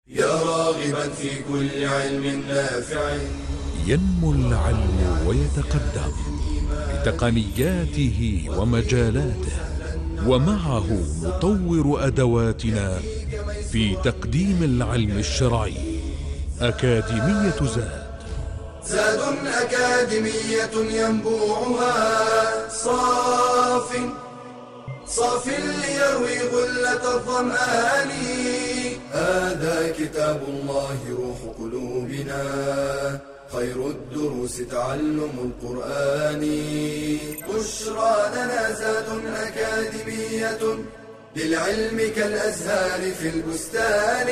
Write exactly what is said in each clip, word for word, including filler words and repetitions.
يا راغبا في كل علم نافع. ينمو العلم ويتقدم بتقنياته ومجالاته، ومعه نطور أدواتنا في تقديم العلم الشرعي. أكاديمية زاد زاد أكاديمية ينبوعها صاف صاف ليروي غلة الظمآن. هذا كتاب الله روح قلوبنا، خير الدروس تعلم القرآن. بشرى لنا زاد أكاديمية للعلم كالأزهار في البستان.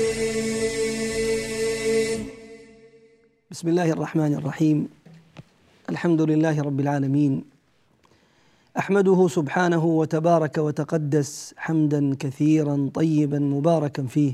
بسم الله الرحمن الرحيم. الحمد لله رب العالمين، أحمده سبحانه وتبارك وتقدس حمدا كثيرا طيبا مباركا فيه.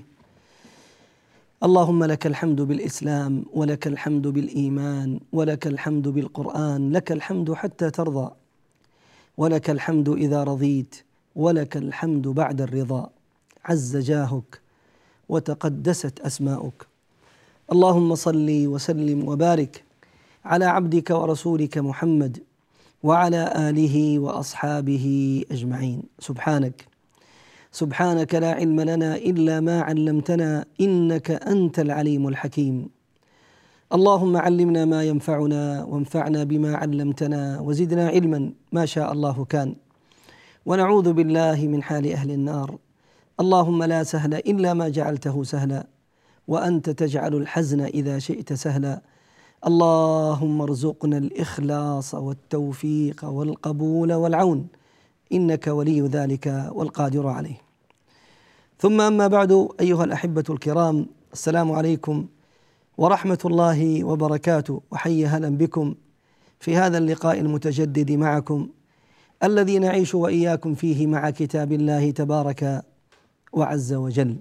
اللهم لك الحمد بالإسلام، ولك الحمد بالإيمان، ولك الحمد بالقرآن، لك الحمد حتى ترضى، ولك الحمد إذا رضيت، ولك الحمد بعد الرضا. عز جاهك وتقدست أسماؤك. اللهم صل وسلم وبارك على عبدك ورسولك محمد وعلى آله وأصحابه أجمعين. سبحانك سبحانك لا علم لنا إلا ما علمتنا، إنك أنت العليم الحكيم. اللهم علمنا ما ينفعنا، وانفعنا بما علمتنا، وزدنا علما ما شاء الله كان. ونعوذ بالله من حال أهل النار. اللهم لا سهل إلا ما جعلته سهلا، وأنت تجعل الحزن إذا شئت سهلا. اللهم ارزقنا الإخلاص والتوفيق والقبول والعون، إنك ولي ذلك والقادر عليه. ثم أما بعد، أيها الأحبة الكرام، السلام عليكم ورحمة الله وبركاته، وحي هلا بكم في هذا اللقاء المتجدد معكم الذي نعيش وإياكم فيه مع كتاب الله تبارك وعز وجل.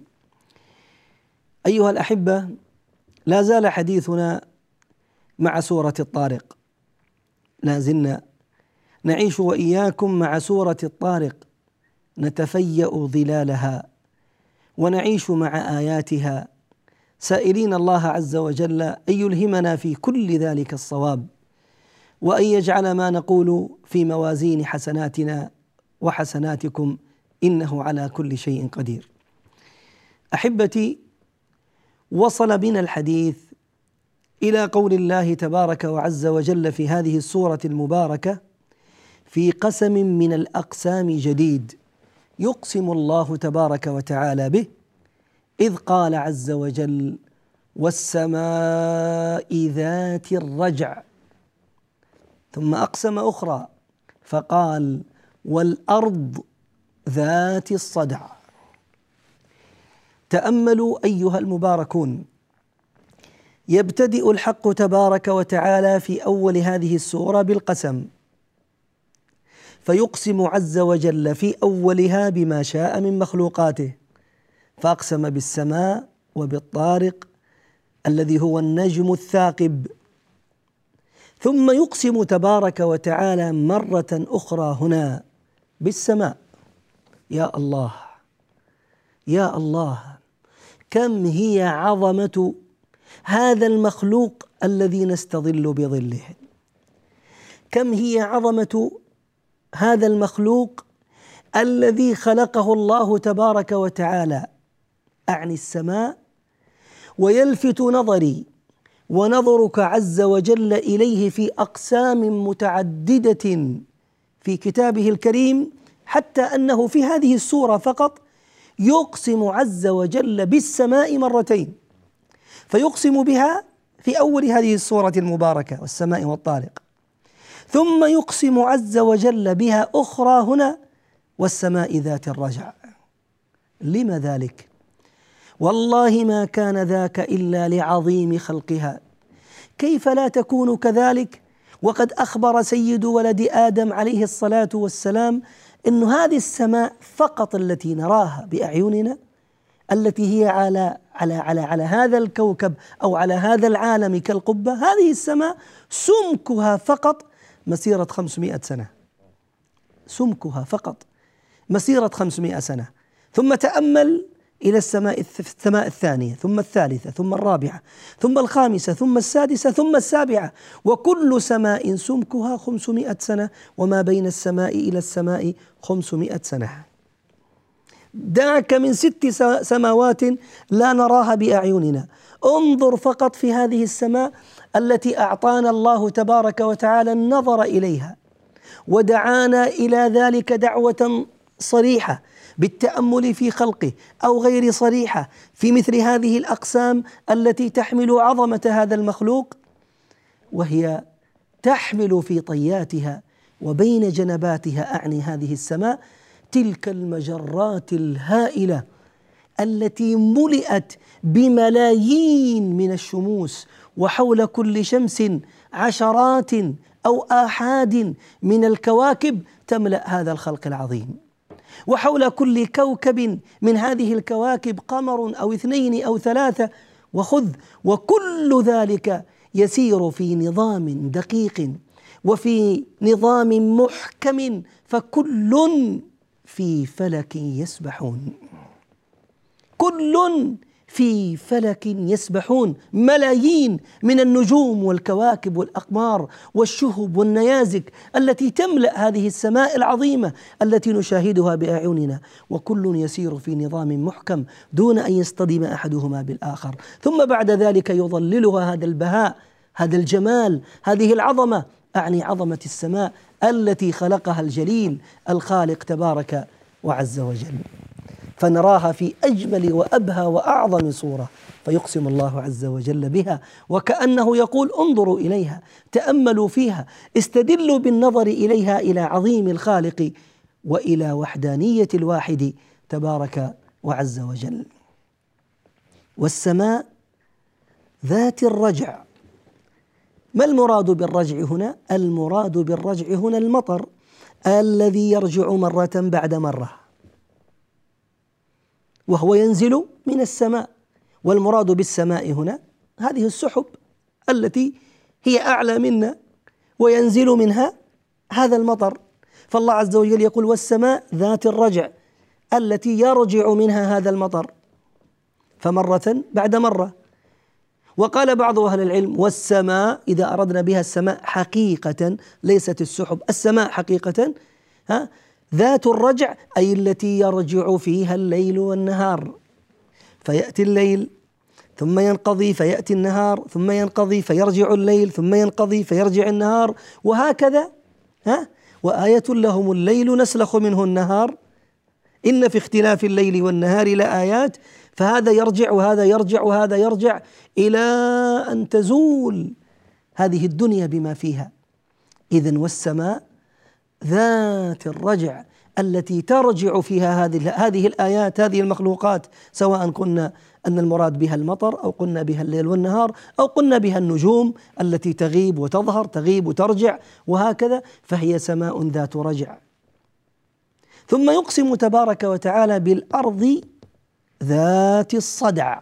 أيها الأحبة، لا زال حديثنا مع سورة الطارق، لا زلنا نعيش وإياكم مع سورة الطارق، نتفيأ ظلالها ونعيش مع آياتها، سائلين الله عز وجل أن يلهمنا في كل ذلك الصواب، وأن يجعل ما نقول في موازين حسناتنا وحسناتكم، إنه على كل شيء قدير. أحبتي، وصل بنا الحديث إلى قول الله تبارك وعز وجل في هذه السورة المباركة: في قسم من الأقسام جديد يقسم الله تبارك وتعالى به، إذ قال عز وجل: والسماء ذات الرجع. ثم أقسم أخرى فقال: والأرض ذات الصدع. تأملوا أيها المباركون، يبتدئ الحق تبارك وتعالى في أول هذه السورة بالقسم، فيقسم عز وجل في أولها بما شاء من مخلوقاته، فأقسم بالسماء وبالطارق الذي هو النجم الثاقب. ثم يقسم تبارك وتعالى مرة أخرى هنا بالسماء. يا الله يا الله، كم هي عظمة هذا المخلوق الذي نستظل بظله، كم هي عظمة هذا المخلوق الذي خلقه الله تبارك وتعالى. أعني السماء، ويلفت نظري ونظرك عز وجل إليه في أقسام متعددة في كتابه الكريم، حتى أنه في هذه السورة فقط يقسم عز وجل بالسماء مرتين، فيقسم بها في أول هذه السورة المباركة والسماء والطارق، ثم يقسم عز وجل بها أخرى هنا والسماء ذات الرجع. لم ذلك؟ والله ما كان ذاك إلا لعظيم خلقها. كيف لا تكون كذلك وقد أخبر سيد ولد آدم عليه الصلاة والسلام أن هذه السماء فقط التي نراها بأعيننا، التي هي على على على على هذا الكوكب أو على هذا العالم كالقبة، هذه السماء سمكها فقط مسيرة خمسمائة سنة، سمكها فقط مسيرة خمسمائة سنة. ثم تأمل إلى السماء السماء الثانية، ثم الثالثة، ثم الرابعة، ثم الخامسة، ثم السادسة، ثم السابعة، وكل سماء سمكها خمسمائة سنة، وما بين السماء إلى السماء خمسمائة سنة. دعك من ست سماوات لا نراها بأعيننا، انظر فقط في هذه السماء التي أعطانا الله تبارك وتعالى النظر إليها، ودعانا إلى ذلك دعوة صريحة بالتأمل في خلقه، أو غير صريحة في مثل هذه الأقسام التي تحمل عظمة هذا المخلوق، وهي تحمل في طياتها وبين جنباتها، أعني هذه السماء، تلك المجرات الهائلة التي ملئت بملايين من الشموس، وحول كل شمس عشرات أو آحاد من الكواكب تملأ هذا الخلق العظيم، وحول كل كوكب من هذه الكواكب قمر أو اثنين أو ثلاثة، وخذ وكل ذلك يسير في نظام دقيق وفي نظام محكم، فكل في فلك يسبحون، كل في فلك يسبحون. ملايين من النجوم والكواكب والأقمار والشهب والنيازك التي تملأ هذه السماء العظيمة التي نشاهدها بأعيننا، وكل يسير في نظام محكم دون أن يصطدم أحدهما بالآخر. ثم بعد ذلك يظللها هذا البهاء، هذا الجمال، هذه العظمة، أعني عظمة السماء التي خلقها الجليل الخالق تبارك وعز وجل، فنراها في أجمل وأبهى وأعظم صورة، فيقسم الله عز وجل بها، وكأنه يقول انظروا إليها، تأملوا فيها، استدلوا بالنظر إليها إلى عظيم الخالق وإلى وحدانية الواحد تبارك وعز وجل. والسماء ذات الرجع. ما المراد بالرجع هنا؟ المراد بالرجع هنا المطر الذي يرجع مرة بعد مرة، وهو ينزل من السماء. والمراد بالسماء هنا هذه السحب التي هي أعلى منا وينزل منها هذا المطر. فالله عز وجل يقول والسماء ذات الرجع التي يرجع منها هذا المطر، فمرة بعد مرة. وقال بعض أهل العلم والسماء إذا أردنا بها السماء حقيقة ليست السحب، السماء حقيقة ها ذات الرجع، أي التي يرجع فيها الليل والنهار، فيأتي الليل ثم ينقضي فيأتي النهار، ثم ينقضي فيرجع الليل، ثم ينقضي فيرجع النهار، وهكذا. ها وآية لهم الليل نسلخ منه النهار إن في اختلاف الليل والنهار لآيات، فهذا يرجع وهذا يرجع وهذا يرجع إلى أن تزول هذه الدنيا بما فيها. إذن والسماء ذات الرجع التي ترجع فيها هذه هذه الآيات، هذه المخلوقات، سواء قلنا أن المراد بها المطر، أو قلنا بها الليل والنهار، أو قلنا بها النجوم التي تغيب وتظهر، تغيب وترجع، وهكذا، فهي سماء ذات رجع. ثم يقسم تبارك وتعالى بالأرض ذات الصدع.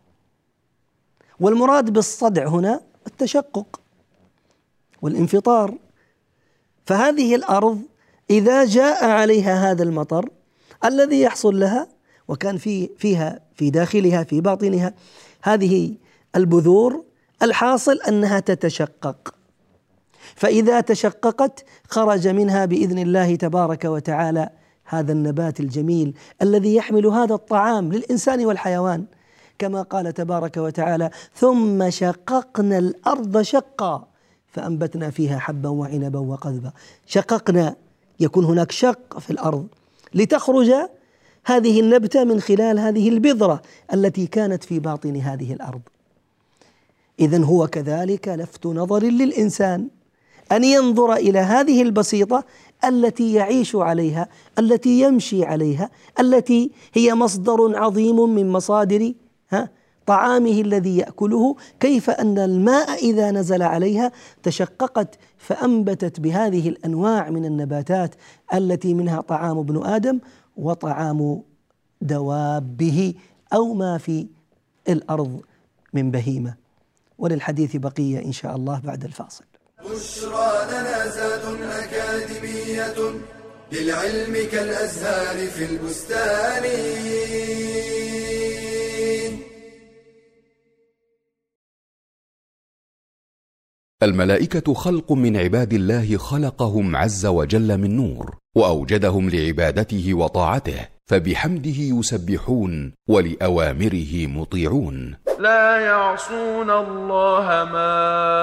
والمراد بالصدع هنا التشقق والانفطار. فهذه الأرض إذا جاء عليها هذا المطر الذي يحصل لها، وكان في فيها في داخلها في باطنها هذه البذور، الحاصل أنها تتشقق، فإذا تشققت خرج منها بإذن الله تبارك وتعالى هذا النبات الجميل الذي يحمل هذا الطعام للإنسان والحيوان، كما قال تبارك وتعالى ثم شققنا الأرض شقا فأنبتنا فيها حبا وعنبا وقضبا. شققنا، يكون هناك شق في الأرض لتخرج هذه النبتة من خلال هذه البذرة التي كانت في باطن هذه الأرض. إذن هو كذلك لفت نظر للإنسان أن ينظر إلى هذه البسيطة التي يعيش عليها، التي يمشي عليها، التي هي مصدر عظيم من مصادر ها طعامه الذي يأكله، كيف أن الماء إذا نزل عليها تشققت فأنبتت بهذه الأنواع من النباتات التي منها طعام ابن آدم وطعام دوابه أو ما في الأرض من بهيمة. وللحديث بقية إن شاء الله بعد الفاصل. بشرى لنا زاد أكاديمية للعلم كالأزهار في البستان. الملائكة خلق من عباد الله خلقهم عز وجل من نور، وأوجدهم لعبادته وطاعته، فبحمده يسبحون ولأوامره مطيعون. لا يعصون الله ما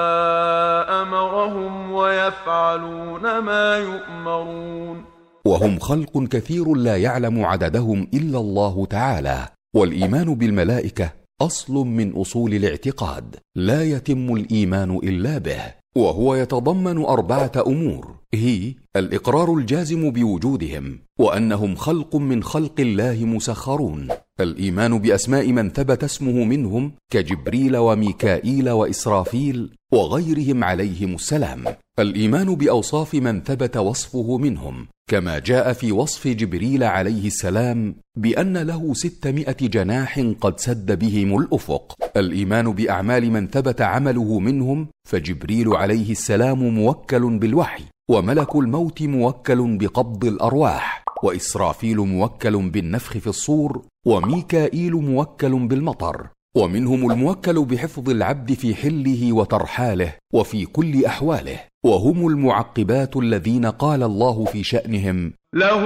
أمرهم ويفعلون ما يؤمرون. وهم خلق كثير لا يعلم عددهم إلا الله تعالى. والإيمان بالملائكة أصل من أصول الاعتقاد، لا يتم الإيمان إلا به، وهو يتضمن أربعة أمور، هي الإقرار الجازم بوجودهم، وأنهم خلق من خلق الله مسخرون، الإيمان بأسماء من ثبت اسمه منهم كجبريل وميكائيل وإسرافيل وغيرهم عليهم السلام، الإيمان بأوصاف من ثبت وصفه منهم كما جاء في وصف جبريل عليه السلام بأن له ستمائة جناح قد سد بهم الأفق، الإيمان بأعمال من ثبت عمله منهم، فجبريل عليه السلام موكل بالوحي، وملك الموت موكل بقبض الأرواح، وإسرافيل موكل بالنفخ في الصور، وميكائيل موكل بالمطر، ومنهم الموكل بحفظ العبد في حله وترحاله وفي كل أحواله، وهم المعقبات الذين قال الله في شأنهم: له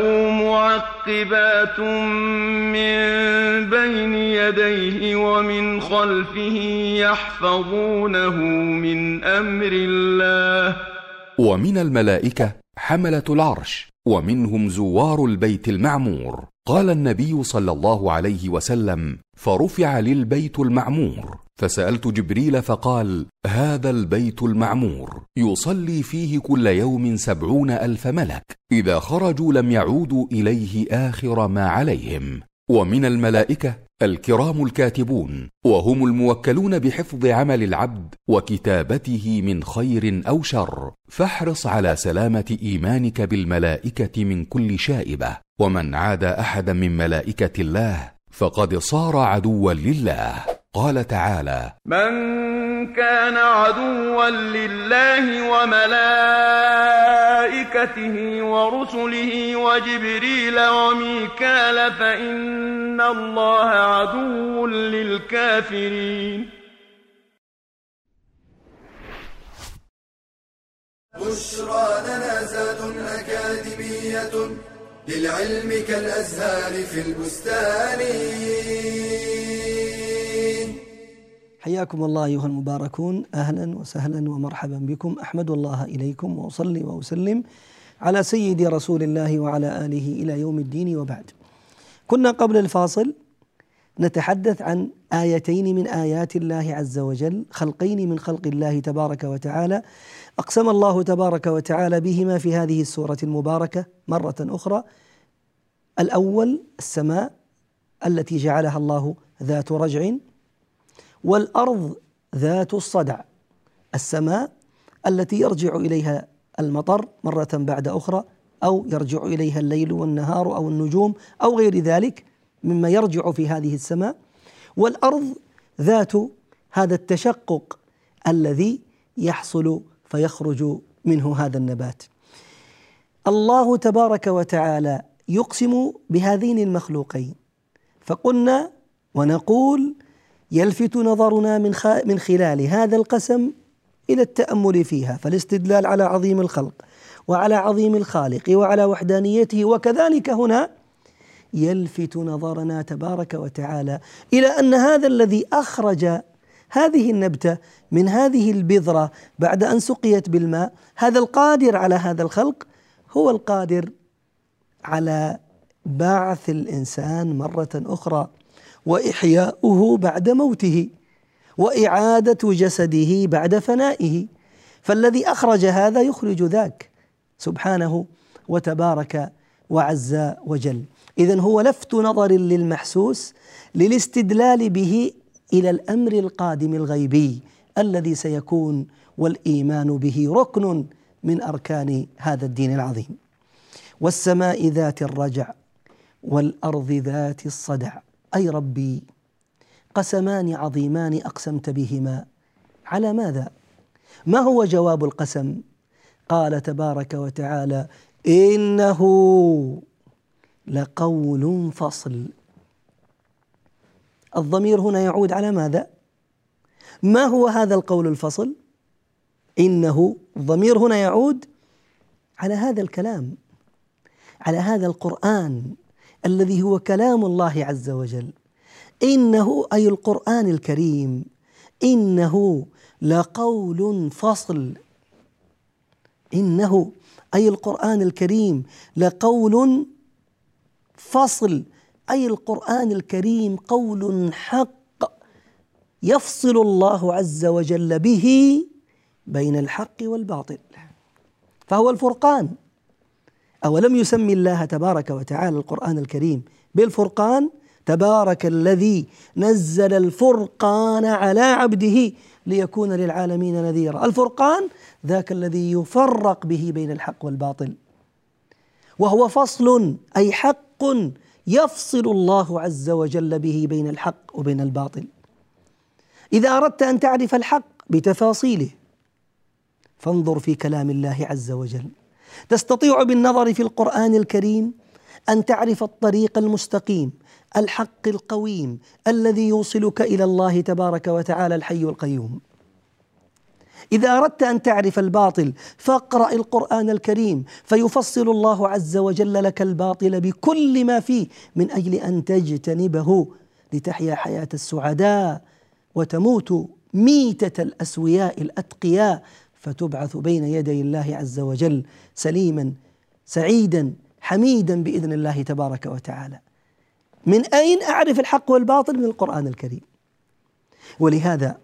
معقبات من بين يديه ومن خلفه يحفظونه من أمر الله. ومن الملائكة حملة العرش، ومنهم زوار البيت المعمور. قال النبي صلى الله عليه وسلم: فرفع للبيت المعمور، فسألت جبريل فقال: هذا البيت المعمور يصلي فيه كل يوم سبعون ألف ملك، إذا خرجوا لم يعودوا إليه آخر ما عليهم. ومن الملائكة الكرام الكاتبون، وهم الموكلون بحفظ عمل العبد وكتابته من خير أو شر، فاحرص على سلامة إيمانك بالملائكة من كل شائبة، ومن عاد أحدا من ملائكة الله فقد صار عدوا لله. قال تعالى: من كان عدوا لله وملائكته ورسله وجبريل وميكال فإن الله عدو للكافرين. بشرى لنا زاد أكاديمية للعلم كالأزهار في البستان. حياكم الله أيها المباركون، أهلا وسهلا ومرحبا بكم. أحمد الله إليكم وأصلي وأسلم على سيد رسول الله وعلى آله إلى يوم الدين، وبعد. كنا قبل الفاصل نتحدث عن آيتين من آيات الله عز وجل، خلقين من خلق الله تبارك وتعالى، أقسم الله تبارك وتعالى بهما في هذه السورة المباركة مرة أخرى. الأول السماء التي جعلها الله ذات رجع، والأرض ذات الصدع. السماء التي يرجع إليها المطر مرة بعد أخرى، أو يرجع إليها الليل والنهار أو النجوم أو غير ذلك مما يرجع في هذه السماء، والأرض ذات هذا التشقق الذي يحصل فيخرج منه هذا النبات. الله تبارك وتعالى يقسم بهذين المخلوقين، فقلنا ونقول يلفت نظرنا من من خلال هذا القسم إلى التأمل فيها، فالاستدلال على عظيم الخلق وعلى عظيم الخالق وعلى وحدانيته، وكذلك هنا يلفت نظرنا تبارك وتعالى إلى أن هذا الذي أخرج هذه النبتة من هذه البذرة بعد أن سقيت بالماء، هذا القادر على هذا الخلق هو القادر على بعث الإنسان مرة أخرى وإحياؤه بعد موته وإعادة جسده بعد فنائه. فالذي أخرج هذا يخرج ذاك سبحانه وتبارك وعز وجل. إذن هو لفت نظر للمحسوس للاستدلال به إلى الأمر القادم الغيبي الذي سيكون، والإيمان به ركن من أركان هذا الدين العظيم. والسماء ذات الرجع والأرض ذات الصدع. أي ربي، قسمان عظيمان أقسمت بهما، على ماذا؟ ما هو جواب القسم؟ قال تبارك وتعالى: إنه لقول فصل. الضمير هنا يعود على ماذا؟ ما هو هذا القول الفصل؟ إنه الضمير هنا يعود على هذا الكلام، على هذا القرآن الذي هو كلام الله عز وجل. إنه أي القرآن الكريم إنه لقول فصل، إنه أي القرآن الكريم لقول فصل، أي القرآن الكريم قول حق يفصل الله عز وجل به بين الحق والباطل، فهو الفرقان. أولم يسمي الله تبارك وتعالى القرآن الكريم بالفرقان؟ تبارك الذي نزل الفرقان على عبده ليكون للعالمين نذيرا. الفرقان ذاك الذي يفرق به بين الحق والباطل، وهو فصل أي حق يفصل الله عز وجل به بين الحق وبين الباطل. إذا أردت أن تعرف الحق بتفاصيله فانظر في كلام الله عز وجل، تستطيع بالنظر في القرآن الكريم أن تعرف الطريق المستقيم الحق القويم الذي يوصلك إلى الله تبارك وتعالى الحي القيوم. إذا أردت أن تعرف الباطل فاقرأ القرآن الكريم فيفصل الله عز وجل لك الباطل بكل ما فيه من أجل أن تجتنبه لتحيا حياة السعداء وتموت ميتة الأسوياء الأتقياء، فتبعث بين يدي الله عز وجل سليما سعيدا حميدا بإذن الله تبارك وتعالى. من أين أعرف الحق والباطل؟ من القرآن الكريم. ولهذا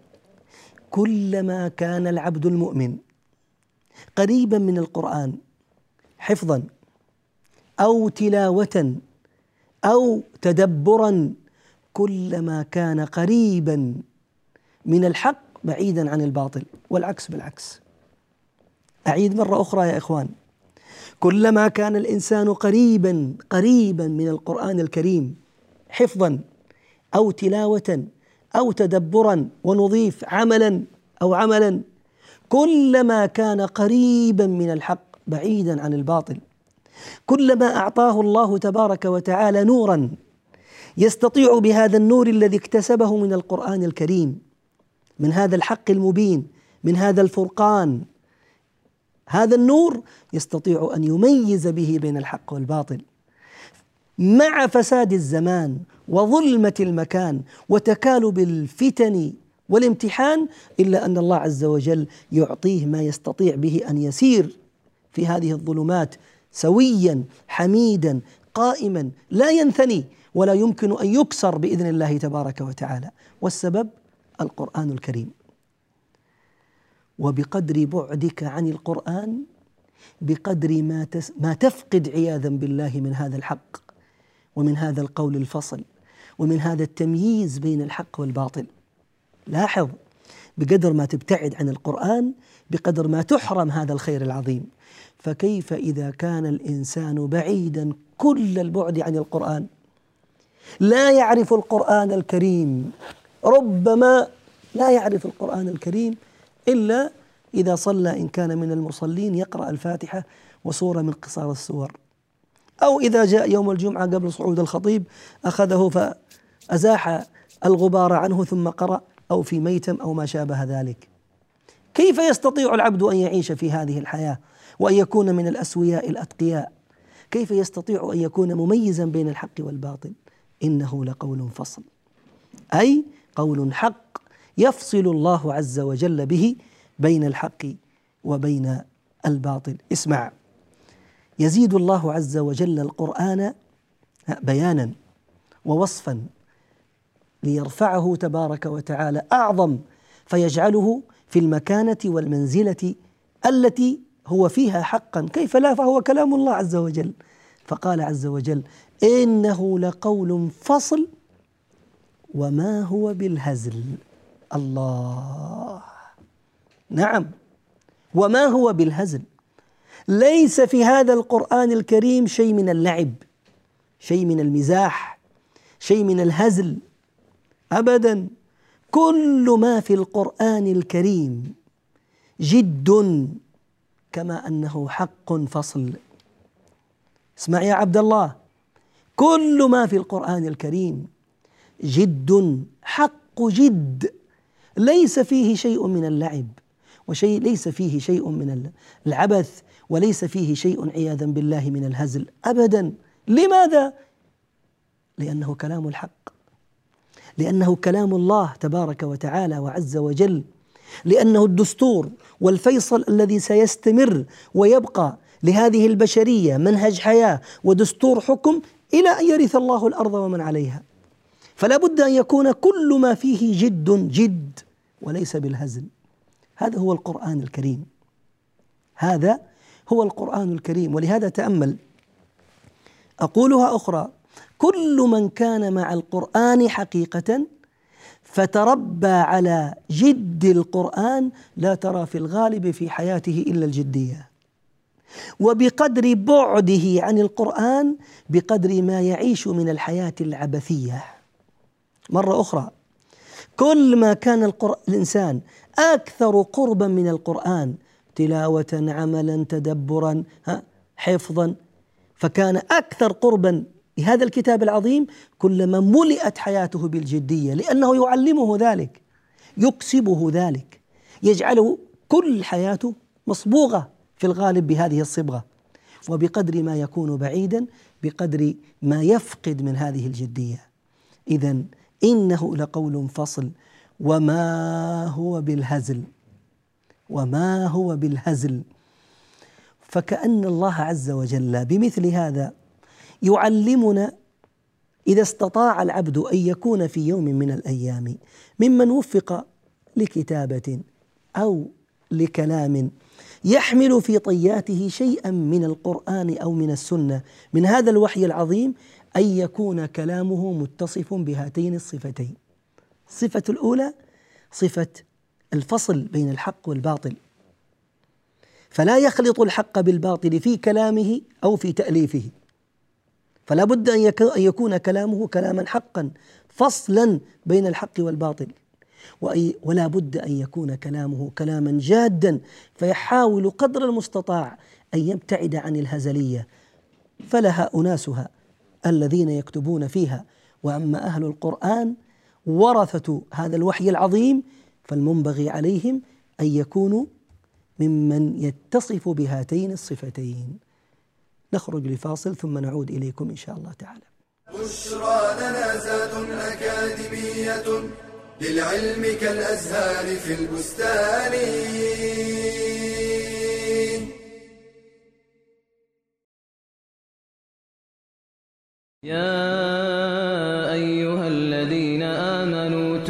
كلما كان العبد المؤمن قريبا من القرآن حفظا أو تلاوة أو تدبرا، كلما كان قريبا من الحق بعيدا عن الباطل، والعكس بالعكس. أعيد مرة أخرى يا إخوان، كلما كان الإنسان قريبا قريبا من القرآن الكريم حفظا أو تلاوة أو تدبرا، ونضيف عملا أو عملا، كلما كان قريبا من الحق بعيدا عن الباطل، كلما أعطاه الله تبارك وتعالى نورا يستطيع بهذا النور الذي اكتسبه من القرآن الكريم، من هذا الحق المبين، من هذا الفرقان، هذا النور يستطيع أن يميز به بين الحق والباطل مع فساد الزمان وظلمة المكان وتكالب الفتن والامتحان، إلا أن الله عز وجل يعطيه ما يستطيع به أن يسير في هذه الظلمات سويا حميدا قائما لا ينثني ولا يمكن أن يكسر بإذن الله تبارك وتعالى. والسبب القرآن الكريم. وبقدر بعدك عن القرآن بقدر ما تس ما تفقد عياذا بالله من هذا الحق ومن هذا القول الفصل ومن هذا التمييز بين الحق والباطل. لاحظ، بقدر ما تبتعد عن القرآن بقدر ما تحرم هذا الخير العظيم. فكيف إذا كان الإنسان بعيدا كل البعد عن القرآن، لا يعرف القرآن الكريم، ربما لا يعرف القرآن الكريم إلا إذا صلى إن كان من المصلين يقرأ الفاتحة وسورة من قصار السور، أو إذا جاء يوم الجمعة قبل صعود الخطيب أخذه فأزاح الغبار عنه ثم قرأ، أو في ميتم أو ما شابه ذلك. كيف يستطيع العبد أن يعيش في هذه الحياة وأن يكون من الأسوياء الأتقياء؟ كيف يستطيع أن يكون مميزا بين الحق والباطل؟ إنه لقول فصل، أي قول حق يفصل الله عز وجل به بين الحق وبين الباطل. اسمع، يزيد الله عز وجل القرآن بيانا ووصفا ليرفعه تبارك وتعالى أعظم، فيجعله في المكانة والمنزلة التي هو فيها حقا. كيف لا؟ فهو كلام الله عز وجل. فقال عز وجل: إنه لقول فصل وما هو بالهزل. الله، نعم، وما هو بالهزل. ليس في هذا القرآن الكريم شيء من اللعب، شيء من المزاح، شيء من الهزل، أبدا. كل ما في القرآن الكريم جد كما أنه حق فصل. اسمع يا عبد الله، كل ما في القرآن الكريم جد، حق جد، ليس فيه شيء من اللعب وشيء ليس فيه شيء من العبث، وليس فيه شيء عياذا بالله من الهزل أبدا. لماذا؟ لأنه كلام الحق، لأنه كلام الله تبارك وتعالى وعز وجل، لأنه الدستور والفيصل الذي سيستمر ويبقى لهذه البشرية منهج حياة ودستور حكم إلى أن يرث الله الأرض ومن عليها. فلا بد أن يكون كل ما فيه جد جد وليس بالهزل. هذا هو القرآن الكريم، هذا هو القرآن الكريم. ولهذا تأمل، أقولها أخرى: كل من كان مع القرآن حقيقة فتربى على جد القرآن لا ترى في الغالب في حياته إلا الجدية، وبقدر بعده عن القرآن بقدر ما يعيش من الحياة العبثية. مرة أخرى، كل ما كان الإنسان أكثر قربا من القرآن تلاوة عملا تدبرا حفظا، فكان أكثر قربا لهذا الكتاب العظيم كلما ملئت حياته بالجدية، لأنه يعلمه ذلك، يكسبه ذلك، يجعله كل حياته مصبوغة في الغالب بهذه الصبغة. وبقدر ما يكون بعيدا بقدر ما يفقد من هذه الجدية. إذن إنه لقول فصل وما هو بالهزل، وما هو بالهزل. فكأن الله عز وجل بمثل هذا يعلمنا إذا استطاع العبد أن يكون في يوم من الأيام ممن وفق لكتابة أو لكلام يحمل في طياته شيئا من القرآن أو من السنة من هذا الوحي العظيم، أن يكون كلامه متصف بهاتين الصفتين. الصفة الأولى صفة الفصل بين الحق والباطل، فلا يخلط الحق بالباطل في كلامه أو في تأليفه، فلا بد أن يكون كلامه كلاما حقا فصلا بين الحق والباطل، ولا بد أن يكون كلامه كلاما جادا فيحاول قدر المستطاع أن يبتعد عن الهزلية، فلها أناسها الذين يكتبون فيها. وأما أهل القرآن ورثة هذا الوحي العظيم فالمنبغي عليهم أن يكونوا ممن يتصف بهاتين الصفتين. نخرج لفاصل ثم نعود إليكم إن شاء الله تعالى. بشرى لنا زاد أكاديمية للعلم كالأزهار في البستان. يا أيها الذين آمنوا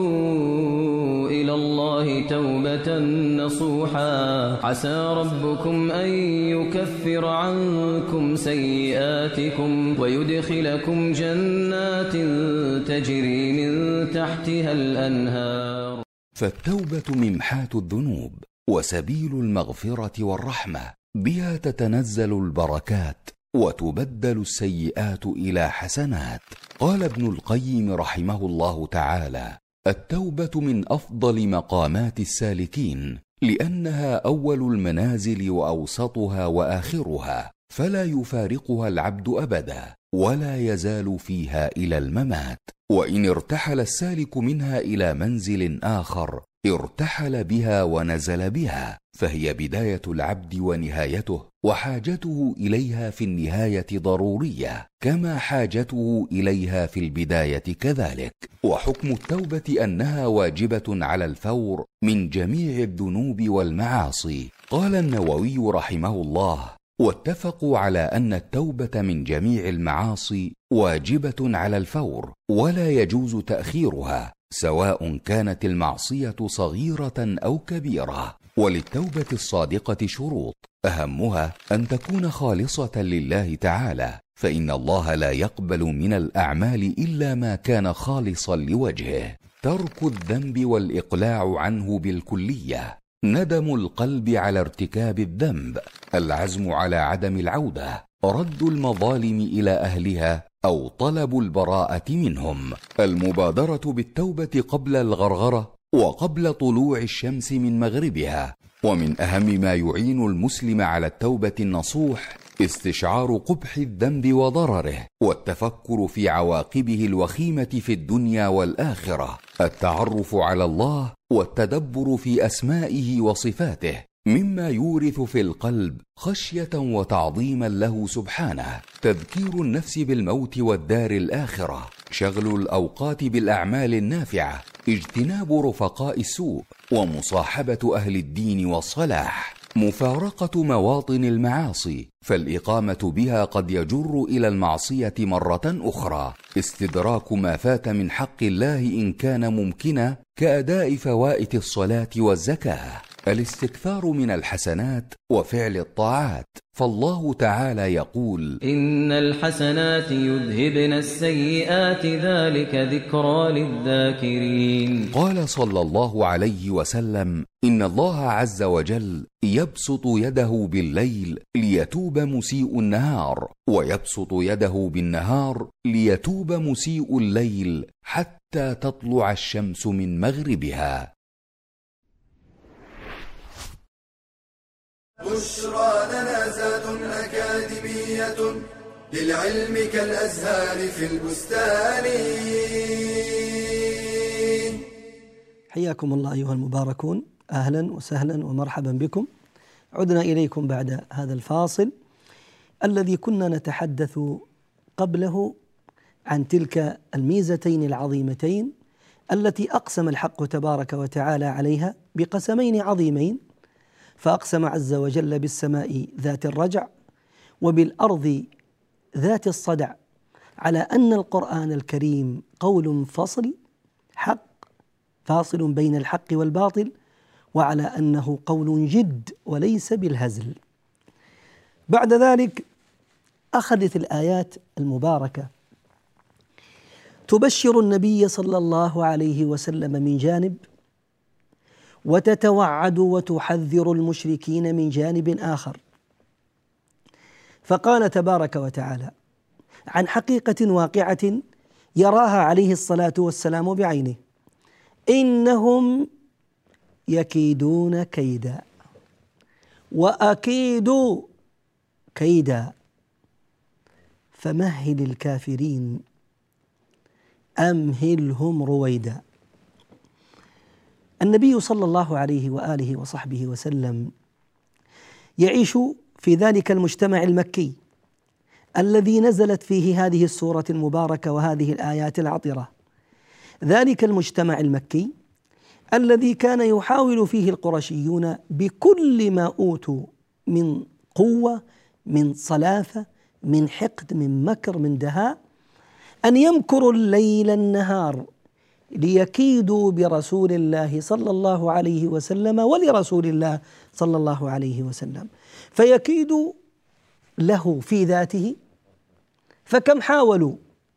توبوا إلى الله توبة نصوحا عسى ربكم أن يكفر عنكم سيئاتكم ويدخلكم جنات تجري من تحتها الأنهار. فالتوبة ممحاة الذنوب وسبيل المغفرة والرحمة، بها تتنزل البركات وتبدل السيئات إلى حسنات. قال ابن القيم رحمه الله تعالى: التوبة من أفضل مقامات السالكين، لأنها أول المنازل وأوسطها وآخرها، فلا يفارقها العبد أبدا ولا يزال فيها إلى الممات. وإن ارتحل السالك منها إلى منزل آخر ارتحل بها ونزل بها، فهي بداية العبد ونهايته، وحاجته إليها في النهاية ضرورية كما حاجته إليها في البداية كذلك. وحكم التوبة أنها واجبة على الفور من جميع الذنوب والمعاصي. قال النووي رحمه الله: واتفقوا على أن التوبة من جميع المعاصي واجبة على الفور ولا يجوز تأخيرها، سواء كانت المعصية صغيرة أو كبيرة. وللتوبة الصادقة شروط، أهمها أن تكون خالصة لله تعالى، فإن الله لا يقبل من الأعمال إلا ما كان خالصا لوجهه. ترك الذنب والإقلاع عنه بالكلية، ندم القلب على ارتكاب الذنب، العزم على عدم العودة، رد المظالم إلى أهلها أو طلب البراءة منهم، المبادرة بالتوبة قبل الغرغرة وقبل طلوع الشمس من مغربها. ومن أهم ما يعين المسلم على التوبة النصوح استشعار قبح الذنب وضرره، والتفكر في عواقبه الوخيمة في الدنيا والآخرة، التعرف على الله والتدبر في أسمائه وصفاته، مما يورث في القلب خشية وتعظيما له سبحانه، تذكير النفس بالموت والدار الآخرة، شغل الأوقات بالأعمال النافعة، اجتناب رفقاء السوء، ومصاحبة أهل الدين والصلاح، مفارقة مواطن المعاصي، فالإقامة بها قد يجر إلى المعصية مرة أخرى، استدراك ما فات من حق الله إن كان ممكنا كأداء فوائت الصلاة والزكاة، الاستكثار من الحسنات وفعل الطاعات، فالله تعالى يقول: إن الحسنات يذهبن السيئات ذلك ذكرى للذاكرين. قال صلى الله عليه وسلم: إن الله عز وجل يبسط يده بالليل ليتوب مسيء النهار، ويبسط يده بالنهار ليتوب مسيء الليل حتى تطلع الشمس من مغربها. بشرى لنا زاد أكاديمية للعلم كالأزهار في البستان. حياكم الله أيها المباركون، أهلا وسهلا ومرحبا بكم. عدنا إليكم بعد هذا الفاصل الذي كنا نتحدث قبله عن تلك الميزتين العظيمتين التي أقسم الحق تبارك وتعالى عليها بقسمين عظيمين، فأقسم عز وجل بالسماء ذات الرجع وبالأرض ذات الصدع على أن القرآن الكريم قول فصل حق فاصل بين الحق والباطل، وعلى أنه قول جد وليس بالهزل. بعد ذلك أخذت الآيات المباركة تبشر النبي صلى الله عليه وسلم من جانب، وتتوعد وتحذر المشركين من جانب آخر. فقال تبارك وتعالى عن حقيقة واقعة يراها عليه الصلاة والسلام بعينه: إنهم يكيدون كيدا وأكيد كيدا فمهل الكافرين أمهلهم رويدا. النبي صلى الله عليه وآله وصحبه وسلم يعيش في ذلك المجتمع المكي الذي نزلت فيه هذه السورة المباركة وهذه الآيات العطرة، ذلك المجتمع المكي الذي كان يحاول فيه القرشيون بكل ما أوتوا من قوة، من صلافة، من حقد، من مكر، من دهاء، أن يمكروا الليل النهار ليكيدوا برسول الله صلى الله عليه وسلم ولرسول الله صلى الله عليه وسلم، فيكيدوا له في ذاته. فكم حاولوا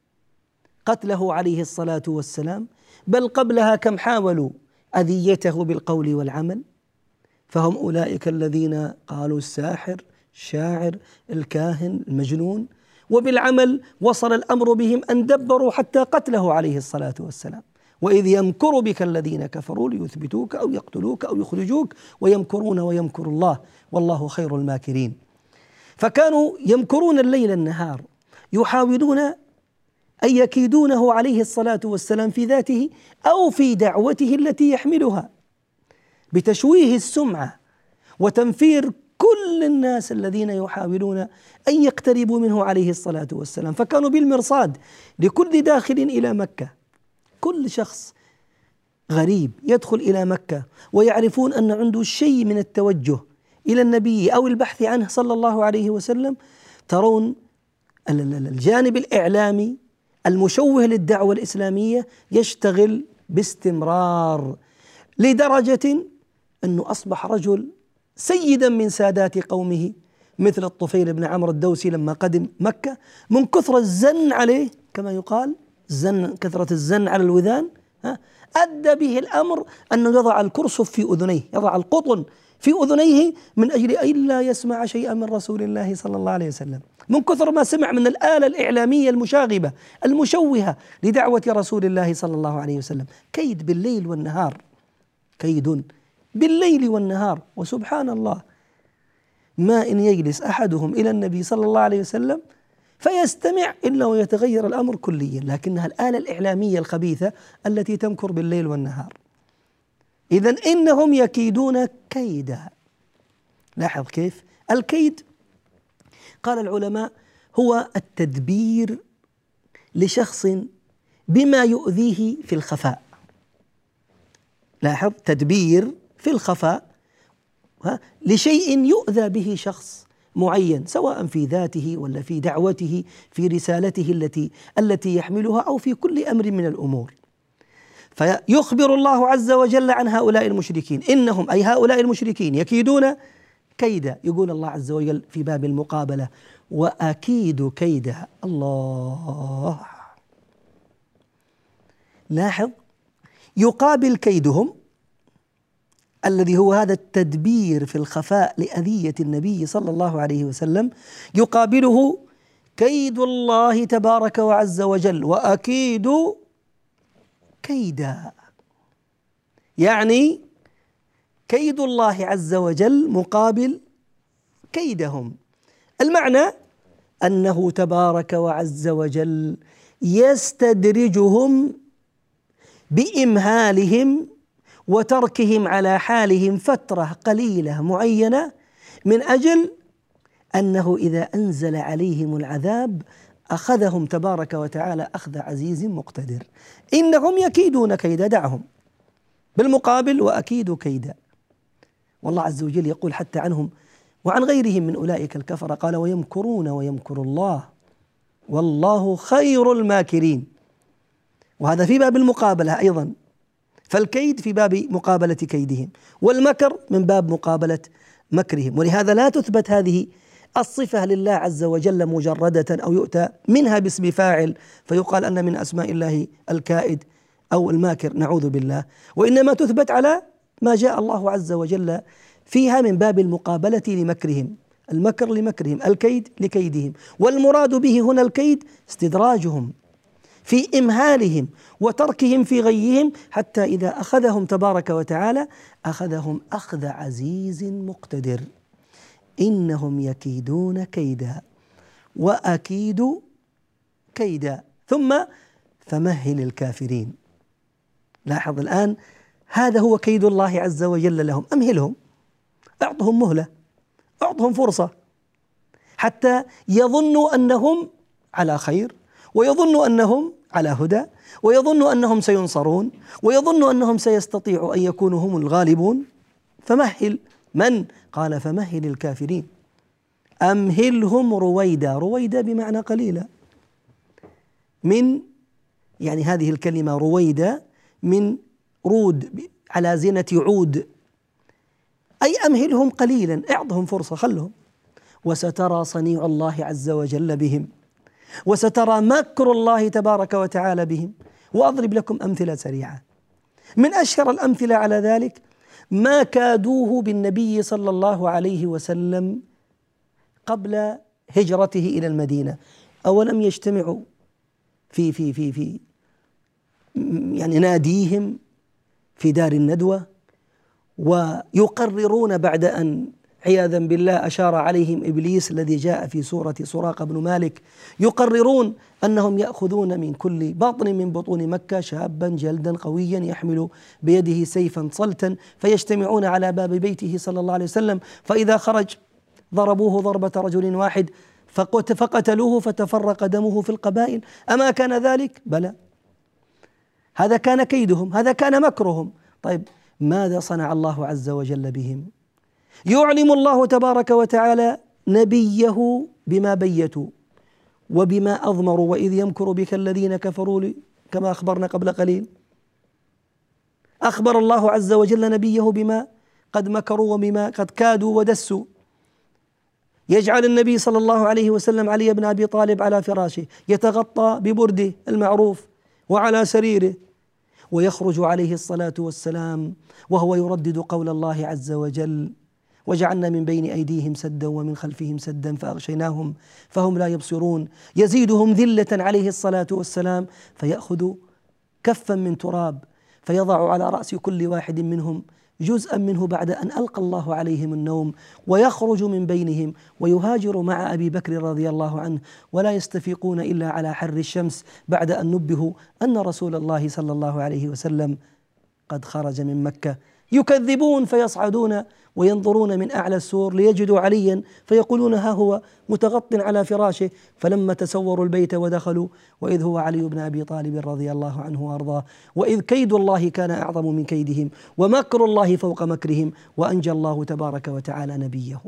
قتله عليه الصلاة والسلام، بل قبلها كم حاولوا أذيته بالقول والعمل، فهم أولئك الذين قالوا الساحر، الشاعر، الكاهن، المجنون، وبالعمل وصل الأمر بهم أن دبروا حتى قتله عليه الصلاة والسلام. وإذ يمكر بك الذين كفروا ليثبتوك أو يقتلوك أو يخرجوك ويمكرون ويمكر الله والله خير الماكرين. فكانوا يمكرون الليل النهار، يحاولون أن يكيدونه عليه الصلاة والسلام في ذاته أو في دعوته التي يحملها، بتشويه السمعة وتنفير كل الناس الذين يحاولون أن يقتربوا منه عليه الصلاة والسلام. فكانوا بالمرصاد لكل داخل إلى مكة، كل شخص غريب يدخل إلى مكة ويعرفون أن عنده شيء من التوجه إلى النبي أو البحث عنه صلى الله عليه وسلم، ترون الجانب الإعلامي المشوه للدعوة الإسلامية يشتغل باستمرار، لدرجة أنه أصبح رجل سيدا من سادات قومه مثل الطفيل بن عمرو الدوسي لما قدم مكة، من كثر الزن عليه كما يقال، الزن كثرة الزن على الوذان، أدى به الأمر أنه يضع الكرسف في أذنيه، يضع القطن في أذنيه من أجل أن لا يسمع شيئا من رسول الله صلى الله عليه وسلم، من كثر ما سمع من الآلة الإعلامية المشاغبة المشوهة لدعوة رسول الله صلى الله عليه وسلم. كيد بالليل والنهار، كيد بالليل والنهار. وسبحان الله، ما إن يجلس أحدهم إلى النبي صلى الله عليه وسلم فيستمع إنه يتغير الأمر كليا، لكنها الآلة الإعلامية الخبيثة التي تمكر بالليل والنهار. إذن إنهم يكيدون كيدا. لاحظ كيف الكيد، قال العلماء هو التدبير لشخص بما يؤذيه في الخفاء. لاحظ، تدبير في الخفاء لشيء يؤذى به شخص معين، سواء في ذاته ولا في دعوته، في رسالته التي التي يحملها، أو في كل أمر من الأمور. فيخبر الله عز وجل عن هؤلاء المشركين، إنهم أي هؤلاء المشركين يكيدون كيدا. يقول الله عز وجل في باب المقابلة: وأكيد كيدا. الله، لاحظ، يقابل كيدهم الذي هو هذا التدبير في الخفاء لأذية النبي صلى الله عليه وسلم، يقابله كيد الله تبارك وعز وجل: وأكيد كيدا. يعني كيد الله عز وجل مقابل كيدهم. المعنى أنه تبارك وعز وجل يستدرجهم بإمهالهم وتركهم على حالهم فترة قليلة معينة، من أجل أنه إذا أنزل عليهم العذاب أخذهم تبارك وتعالى أخذ عزيز مقتدر. إنهم يكيدون كيدا، دعهم. بالمقابل: وأكيد كيدا. والله عز وجل يقول حتى عنهم وعن غيرهم من أولئك الكفرة، قال: ويمكرون ويمكر الله والله خير الماكرين. وهذا في باب المقابلة أيضا، فالكيد في باب مقابلة كيدهم، والمكر من باب مقابلة مكرهم. ولهذا لا تثبت هذه الصفة لله عز وجل مجردة أو يؤتى منها باسم فاعل فيقال أن من أسماء الله الكائد أو الماكر، نعوذ بالله، وإنما تثبت على ما جاء الله عز وجل فيها من باب المقابلة لمكرهم، المكر لمكرهم، الكيد لكيدهم. والمراد به هنا الكيد استدراجهم في إمهالهم وتركهم في غيهم، حتى إذا أخذهم تبارك وتعالى أخذهم أخذ عزيز مقتدر. إنهم يكيدون كيدا وأكيد كيدا ثم فمهل الكافرين. لاحظ الآن، هذا هو كيد الله عز وجل لهم. أمهلهم، أعطهم مهلة، أعطهم فرصة حتى يظنوا أنهم على خير، ويظنوا أنهم على هدى، ويظنوا أنهم سينصرون، ويظنوا أنهم سيستطيعوا أن يكونوا هم الغالبون. فمهل من؟ قال: فمهل الكافرين. أمهلهم رويدا. رويدا بمعنى قليلا، من يعني هذه الكلمة رويدا من رود على زينة عود، أي أمهلهم قليلا، اعطهم فرصة، خلهم. وسترى صنيع الله عز وجل بهم، وسترى مكر الله تبارك وتعالى بهم. وأضرب لكم أمثلة سريعة. من أشهر الأمثلة على ذلك ما كادوه بالنبي صلى الله عليه وسلم قبل هجرته إلى المدينة. أولم يجتمعوا في في في في يعني ناديهم في دار الندوة، ويقررون بعد أن عياذا بالله أشار عليهم إبليس الذي جاء في سورة سراقة بن مالك، يقررون أنهم يأخذون من كل بطن من بطون مكة شابا جلدا قويا يحمل بيده سيفا صلتا، فيجتمعون على باب بيته صلى الله عليه وسلم، فإذا خرج ضربوه ضربة رجل واحد فقتلوه فتفرق دمه في القبائل. أما كان ذلك؟ بلى، هذا كان كيدهم، هذا كان مكرهم. طيب ماذا صنع الله عز وجل بهم؟ يعلم الله تبارك وتعالى نبيه بما بيتوا وبما أضمروا. وإذ يمكر بك الذين كفروا كما أخبرنا قبل قليل، أخبر الله عز وجل نبيه بما قد مكروا وبما قد كادوا ودسوا. يجعل النبي صلى الله عليه وسلم علي بن أبي طالب على فراشه يتغطى ببرده المعروف وعلى سريره، ويخرج عليه الصلاة والسلام وهو يردد قول الله عز وجل: وجعلنا من بين أيديهم سدا ومن خلفهم سدا فأغشيناهم فهم لا يبصرون. يزيدهم ذلة عليه الصلاة والسلام، فيأخذ كفا من تراب فيضع على رأس كل واحد منهم جزءا منه بعد أن ألقى الله عليهم النوم، ويخرج من بينهم ويهاجر مع أبي بكر رضي الله عنه، ولا يستفيقون إلا على حر الشمس بعد أن نبهوا أن رسول الله صلى الله عليه وسلم قد خرج من مكة. يكذبون فيصعدون وينظرون من أعلى السور ليجدوا عليا فيقولون ها هو متغط على فراشه، فلما تسوروا البيت ودخلوا وإذ هو علي بن أبي طالب رضي الله عنه وأرضاه، وإذ كيد الله كان أعظم من كيدهم ومكر الله فوق مكرهم وأنجى الله تبارك وتعالى نبيه.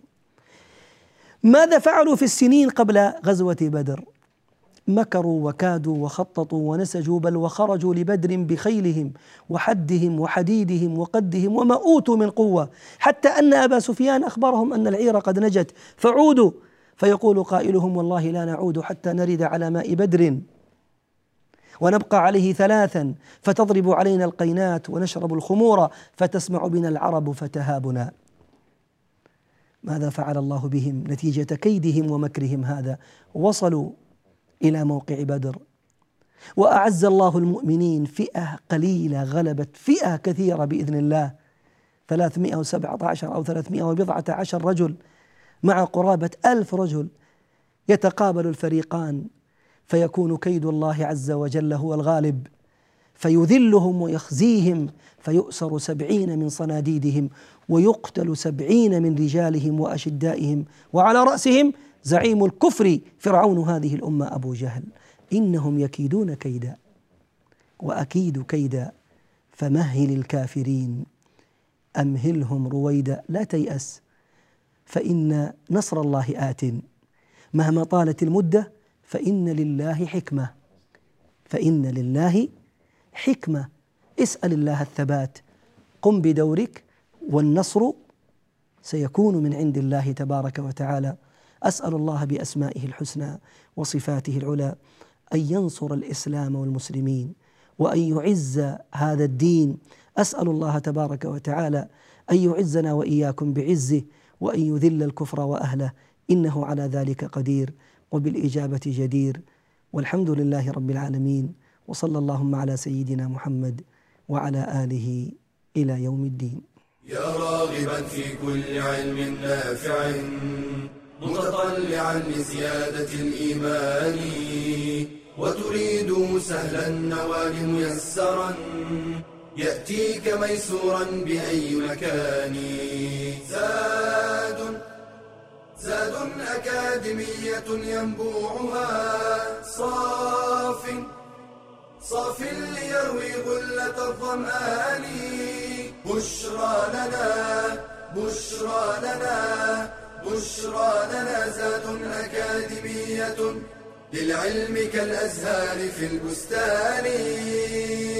ماذا فعلوا في السنين قبل غزوة بدر؟ مكروا وكادوا وخططوا ونسجوا، بل وخرجوا لبدر بخيلهم وحدهم وحديدهم وقدهم وما أوتوا من قوة، حتى أن أبا سفيان أخبرهم أن العير قد نجت فعودوا، فيقول قائلهم والله لا نعود حتى نرد على ماء بدر ونبقى عليه ثلاثا فتضرب علينا القينات ونشرب الخمور فتسمع بنا العرب فتهابنا. ماذا فعل الله بهم نتيجة كيدهم ومكرهم هذا؟ وصلوا إلى موقع بدر وأعز الله المؤمنين، فئة قليلة غلبت فئة كثيرة بإذن الله، ثلاثمائة وسبعة عشر أو ثلاثمائة وبضعة عشر رجل مع قرابة ألف رجل، يتقابل الفريقان فيكون كيد الله عز وجل هو الغالب، فيذلهم ويخزيهم، فيؤسر سبعين من صناديدهم ويقتل سبعين من رجالهم وأشدائهم، وعلى رأسهم زعيم الكفر فرعون هذه الأمة أبو جهل. إنهم يكيدون كيدا وأكيد كيدا فمهل الكافرين أمهلهم رويدا. لا تيأس فإن نصر الله آت، مهما طالت المدة فإن لله حكمة، فإن لله حكمة. اسأل الله الثبات، قم بدورك والنصر سيكون من عند الله تبارك وتعالى. أسأل الله بأسمائه الحسنى وصفاته العلى أن ينصر الإسلام والمسلمين وأن يعز هذا الدين. أسأل الله تبارك وتعالى أن يعزنا وإياكم بعزه وأن يذل الكفر وأهله، إنه على ذلك قدير وبالإجابة جدير. والحمد لله رب العالمين، وصلى اللهم على سيدنا محمد وعلى آله إلى يوم الدين. يا راغبا في كل علم نافع متطلعا لزيادة الإيمان، وتريد سهلا النوال ميسرا يأتيك ميسورا بأي مكان. زاد زاد أكاديمية ينبوعها صاف صاف ليروي غلة الظمآن. بشرى لنا بشرى لنا بشرى لنا زاد أكاديمية للعلم كالأزهار في البستان.